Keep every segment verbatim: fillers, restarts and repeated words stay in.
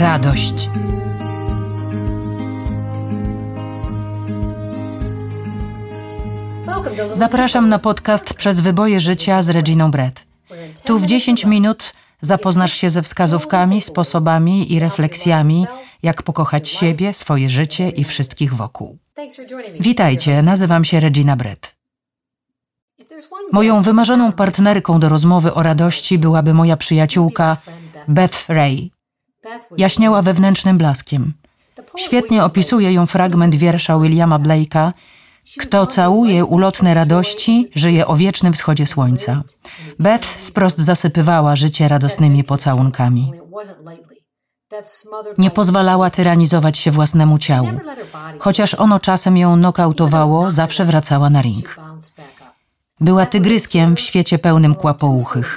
radość. Zapraszam na podcast Przez wyboje życia z Reginą Brett. Tu w dziesięć minut zapoznasz się ze wskazówkami, sposobami i refleksjami, jak pokochać siebie, swoje życie i wszystkich wokół. Witajcie, nazywam się Regina Brett. Moją wymarzoną partnerką do rozmowy o radości byłaby moja przyjaciółka Beth Ray. Jaśniała wewnętrznym blaskiem. Świetnie opisuje ją fragment wiersza Williama Blake'a: kto całuje ulotne radości, żyje o wiecznym wschodzie słońca. Beth wprost zasypywała życie radosnymi pocałunkami. Nie pozwalała tyranizować się własnemu ciału. Chociaż ono czasem ją nokautowało, zawsze wracała na ring. Była tygryskiem w świecie pełnym kłapouchych.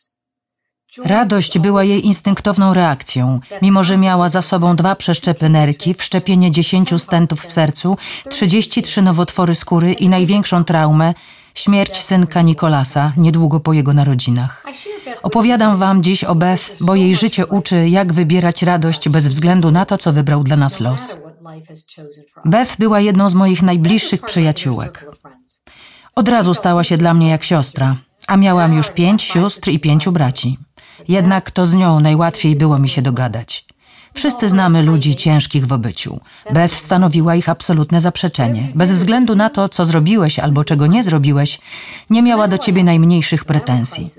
Radość była jej instynktowną reakcją, mimo że miała za sobą dwa przeszczepy nerki, wszczepienie dziesięciu stentów w sercu, trzydzieści trzy nowotwory skóry i największą traumę – śmierć synka Nicolasa niedługo po jego narodzinach. Opowiadam wam dziś o Beth, bo jej życie uczy, jak wybierać radość bez względu na to, co wybrał dla nas los. Beth była jedną z moich najbliższych przyjaciółek. Od razu stała się dla mnie jak siostra, a miałam już pięć sióstr i pięciu braci. Jednak to z nią najłatwiej było mi się dogadać. Wszyscy znamy ludzi ciężkich w obyciu. Beth stanowiła ich absolutne zaprzeczenie. Bez względu na to, co zrobiłeś albo czego nie zrobiłeś, nie miała do ciebie najmniejszych pretensji.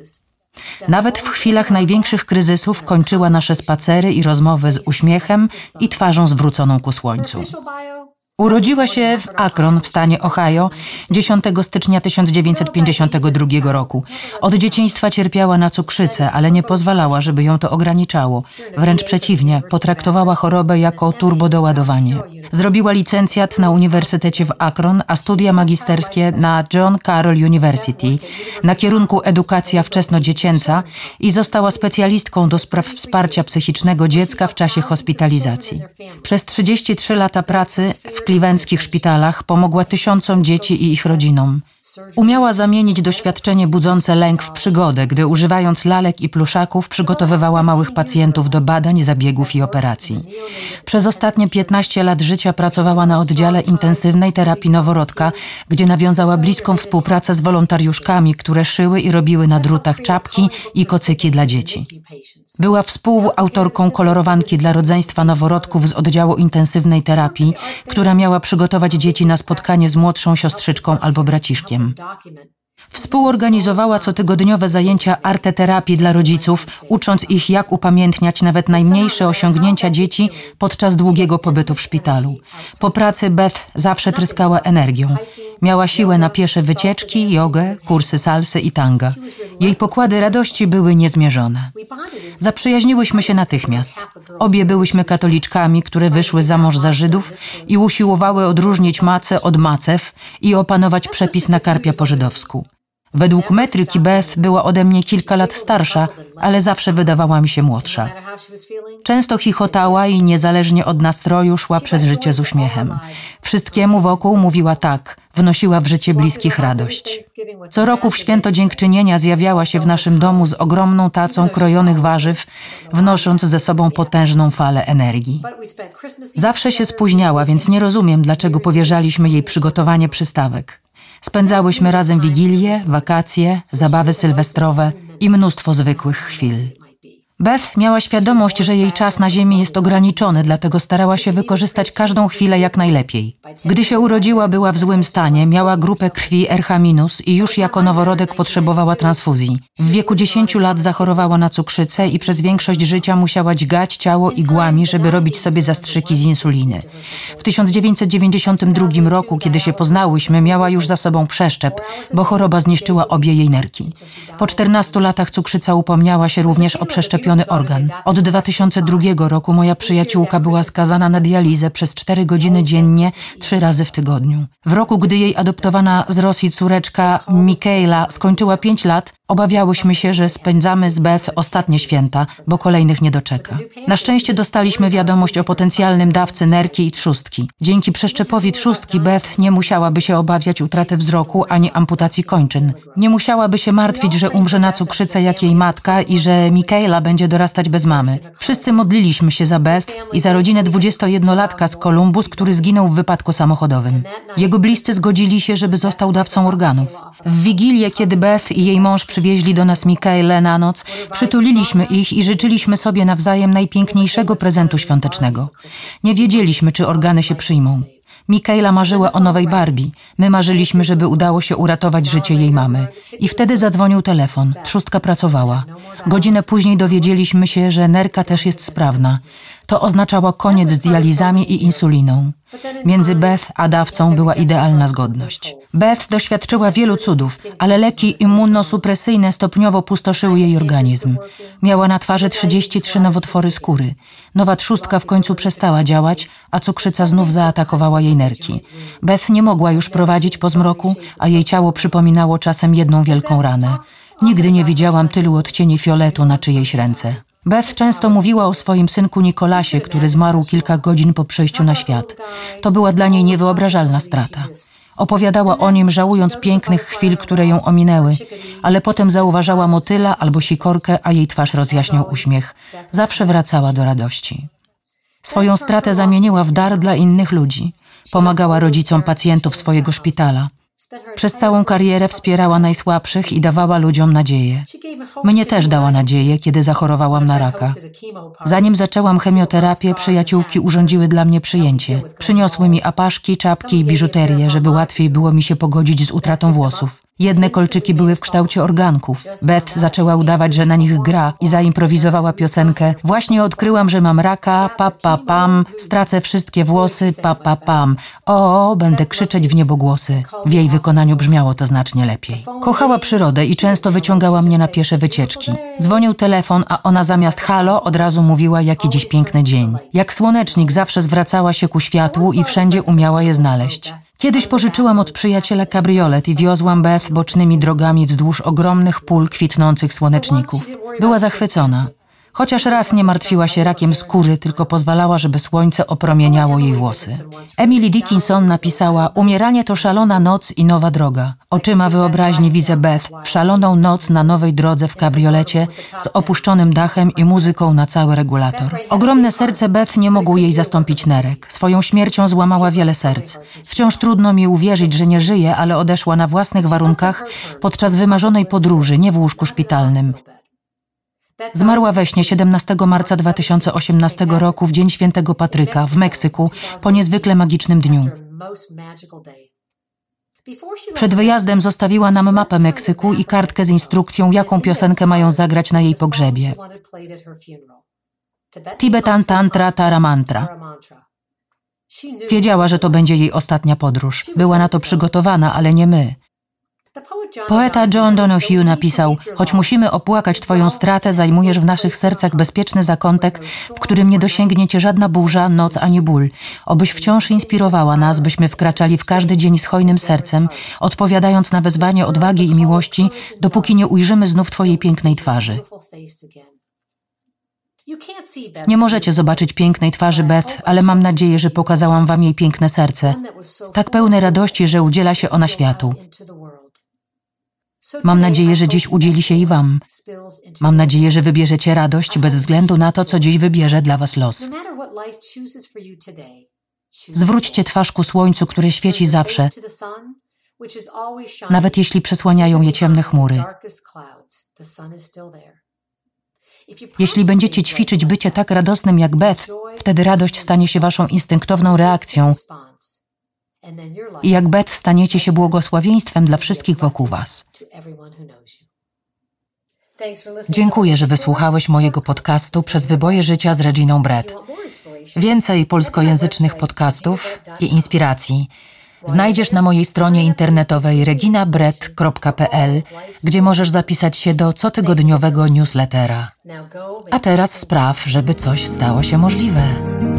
Nawet w chwilach największych kryzysów kończyła nasze spacery i rozmowy z uśmiechem i twarzą zwróconą ku słońcu. Urodziła się w Akron w stanie Ohio dziesiątego stycznia tysiąc dziewięćset pięćdziesiątego drugiego roku. Od dzieciństwa cierpiała na cukrzycę, ale nie pozwalała, żeby ją to ograniczało. Wręcz przeciwnie, potraktowała chorobę jako turbodoładowanie. Zrobiła licencjat na Uniwersytecie w Akron, a studia magisterskie na John Carroll University na kierunku edukacja wczesnodziecięca i została specjalistką do spraw wsparcia psychicznego dziecka w czasie hospitalizacji. Przez trzydzieści trzy lata pracy w kliwenckich szpitalach pomogła tysiącom dzieci i ich rodzinom. Umiała zamienić doświadczenie budzące lęk w przygodę, gdy używając lalek i pluszaków przygotowywała małych pacjentów do badań, zabiegów i operacji. Przez ostatnie piętnaście lat życia pracowała na oddziale intensywnej terapii noworodka, gdzie nawiązała bliską współpracę z wolontariuszkami, które szyły i robiły na drutach czapki i kocyki dla dzieci. Była współautorką kolorowanki dla rodzeństwa noworodków z oddziału intensywnej terapii, która miała przygotować dzieci na spotkanie z młodszą siostrzyczką albo braciszkiem. Współorganizowała cotygodniowe zajęcia arteterapii dla rodziców, ucząc ich, jak upamiętniać nawet najmniejsze osiągnięcia dzieci podczas długiego pobytu w szpitalu. Po pracy Beth zawsze tryskała energią. Miała siłę na piesze wycieczki, jogę, kursy salsy i tanga. Jej pokłady radości były niezmierzone. Zaprzyjaźniłyśmy się natychmiast. Obie byłyśmy katoliczkami, które wyszły za mąż za Żydów i usiłowały odróżnić macę od macew i opanować przepis na karpia po żydowsku. Według metryki Beth była ode mnie kilka lat starsza, ale zawsze wydawała mi się młodsza. Często chichotała i niezależnie od nastroju szła przez życie z uśmiechem. Wszystkiemu wokół mówiła tak, wnosiła w życie bliskich radość. Co roku w święto dziękczynienia zjawiała się w naszym domu z ogromną tacą krojonych warzyw, wnosząc ze sobą potężną falę energii. Zawsze się spóźniała, więc nie rozumiem, dlaczego powierzaliśmy jej przygotowanie przystawek. Spędzałyśmy razem wigilie, wakacje, zabawy sylwestrowe i mnóstwo zwykłych chwil. Beth miała świadomość, że jej czas na ziemi jest ograniczony, dlatego starała się wykorzystać każdą chwilę jak najlepiej. Gdy się urodziła, była w złym stanie, miała grupę krwi R H minus i już jako noworodek potrzebowała transfuzji. W wieku dziesięciu lat zachorowała na cukrzycę i przez większość życia musiała dźgać ciało igłami, żeby robić sobie zastrzyki z insuliny. W tysiąc dziewięćset dziewięćdziesiątym drugim roku, kiedy się poznałyśmy, miała już za sobą przeszczep, bo choroba zniszczyła obie jej nerki. Po czternastu latach cukrzyca upomniała się również o przeszczepienie organ. Od dwa tysiące drugiego roku moja przyjaciółka była skazana na dializę przez cztery godziny dziennie, trzy razy w tygodniu. W roku, gdy jej adoptowana z Rosji córeczka Mikaela skończyła pięć lat, Obawiałyśmy się, że spędzamy z Beth ostatnie święta, bo kolejnych nie doczeka. Na szczęście dostaliśmy wiadomość o potencjalnym dawcy nerki i trzustki. Dzięki przeszczepowi trzustki Beth nie musiałaby się obawiać utraty wzroku ani amputacji kończyn. Nie musiałaby się martwić, że umrze na cukrzycę jak jej matka i że Michaela będzie dorastać bez mamy. Wszyscy modliliśmy się za Beth i za rodzinę dwudziestojednolatka z Columbus, który zginął w wypadku samochodowym. Jego bliscy zgodzili się, żeby został dawcą organów. W Wigilię, kiedy Beth i jej mąż przywieźli do nas Michaelę na noc, przytuliliśmy ich i życzyliśmy sobie nawzajem najpiękniejszego prezentu świątecznego. Nie wiedzieliśmy, czy organy się przyjmą. Michaela marzyła o nowej Barbie. My marzyliśmy, żeby udało się uratować życie jej mamy. I wtedy zadzwonił telefon. Trzustka pracowała. Godzinę później dowiedzieliśmy się, że nerka też jest sprawna. To oznaczało koniec z dializami i insuliną. Między Beth a dawcą była idealna zgodność. Beth doświadczyła wielu cudów, ale leki immunosupresyjne stopniowo pustoszyły jej organizm. Miała na twarzy trzydzieści trzy nowotwory skóry. Nowa trzustka w końcu przestała działać, a cukrzyca znów zaatakowała jej nerki. Beth nie mogła już prowadzić po zmroku, a jej ciało przypominało czasem jedną wielką ranę. Nigdy nie widziałam tylu odcieni fioletu na czyjejś ręce. Beth często mówiła o swoim synku Nikolasie, który zmarł kilka godzin po przyjściu na świat. To była dla niej niewyobrażalna strata. Opowiadała o nim, żałując pięknych chwil, które ją ominęły, ale potem zauważała motyla albo sikorkę, a jej twarz rozjaśniał uśmiech. Zawsze wracała do radości. Swoją stratę zamieniła w dar dla innych ludzi. Pomagała rodzicom pacjentów swojego szpitala. Przez całą karierę wspierała najsłabszych i dawała ludziom nadzieję. Mnie też dała nadzieję, kiedy zachorowałam na raka. Zanim zaczęłam chemioterapię, przyjaciółki urządziły dla mnie przyjęcie. Przyniosły mi apaszki, czapki i biżuterię, żeby łatwiej było mi się pogodzić z utratą włosów. Jedne kolczyki były w kształcie organków. Beth zaczęła udawać, że na nich gra i zaimprowizowała piosenkę. Właśnie odkryłam, że mam raka, pa pa pam, stracę wszystkie włosy, pa pa pam. O, będę krzyczeć w niebogłosy. W jej wykonaniu brzmiało to znacznie lepiej. Kochała przyrodę i często wyciągała mnie na piesze wycieczki. Dzwonił telefon, a ona zamiast halo od razu mówiła, jaki dziś piękny dzień. Jak słonecznik zawsze zwracała się ku światłu i wszędzie umiała je znaleźć. Kiedyś pożyczyłam od przyjaciela kabriolet i wiozłam Beth bocznymi drogami wzdłuż ogromnych pól kwitnących słoneczników. Była zachwycona. Chociaż raz nie martwiła się rakiem skóry, tylko pozwalała, żeby słońce opromieniało jej włosy. Emily Dickinson napisała: umieranie to szalona noc i nowa droga. Oczyma wyobraźni widzę Beth w szaloną noc na nowej drodze w kabriolecie z opuszczonym dachem i muzyką na cały regulator. Ogromne serce Beth nie mogło jej zastąpić nerek. Swoją śmiercią złamała wiele serc. Wciąż trudno mi uwierzyć, że nie żyje, ale odeszła na własnych warunkach podczas wymarzonej podróży, nie w łóżku szpitalnym. Zmarła we śnie siedemnastego marca dwa tysiące osiemnastego roku w Dzień Świętego Patryka w Meksyku po niezwykle magicznym dniu. Przed wyjazdem zostawiła nam mapę Meksyku i kartkę z instrukcją, jaką piosenkę mają zagrać na jej pogrzebie. Tibetan Tantra Tara Mantra. Wiedziała, że to będzie jej ostatnia podróż. Była na to przygotowana, ale nie my. Poeta John Donohue napisał: choć musimy opłakać twoją stratę, zajmujesz w naszych sercach bezpieczny zakątek, w którym nie dosięgnie cię żadna burza, noc ani ból. Obyś wciąż inspirowała nas, byśmy wkraczali w każdy dzień z hojnym sercem, odpowiadając na wezwanie odwagi i miłości, dopóki nie ujrzymy znów twojej pięknej twarzy. Nie możecie zobaczyć pięknej twarzy Beth, ale mam nadzieję, że pokazałam wam jej piękne serce, tak pełne radości, że udziela się ona światu. Mam nadzieję, że dziś udzieli się i wam. Mam nadzieję, że wybierzecie radość bez względu na to, co dziś wybierze dla was los. Zwróćcie twarz ku słońcu, które świeci zawsze, nawet jeśli przesłaniają je ciemne chmury. Jeśli będziecie ćwiczyć bycie tak radosnym jak Beth, wtedy radość stanie się waszą instynktowną reakcją i jak Beth staniecie się błogosławieństwem dla wszystkich wokół was. Dziękuję, że wysłuchałeś mojego podcastu Przez wyboje życia z Reginą Brett. Więcej polskojęzycznych podcastów i inspiracji znajdziesz na mojej stronie internetowej regina brett kropka p l, gdzie możesz zapisać się do cotygodniowego newslettera. A teraz spraw, żeby coś stało się możliwe.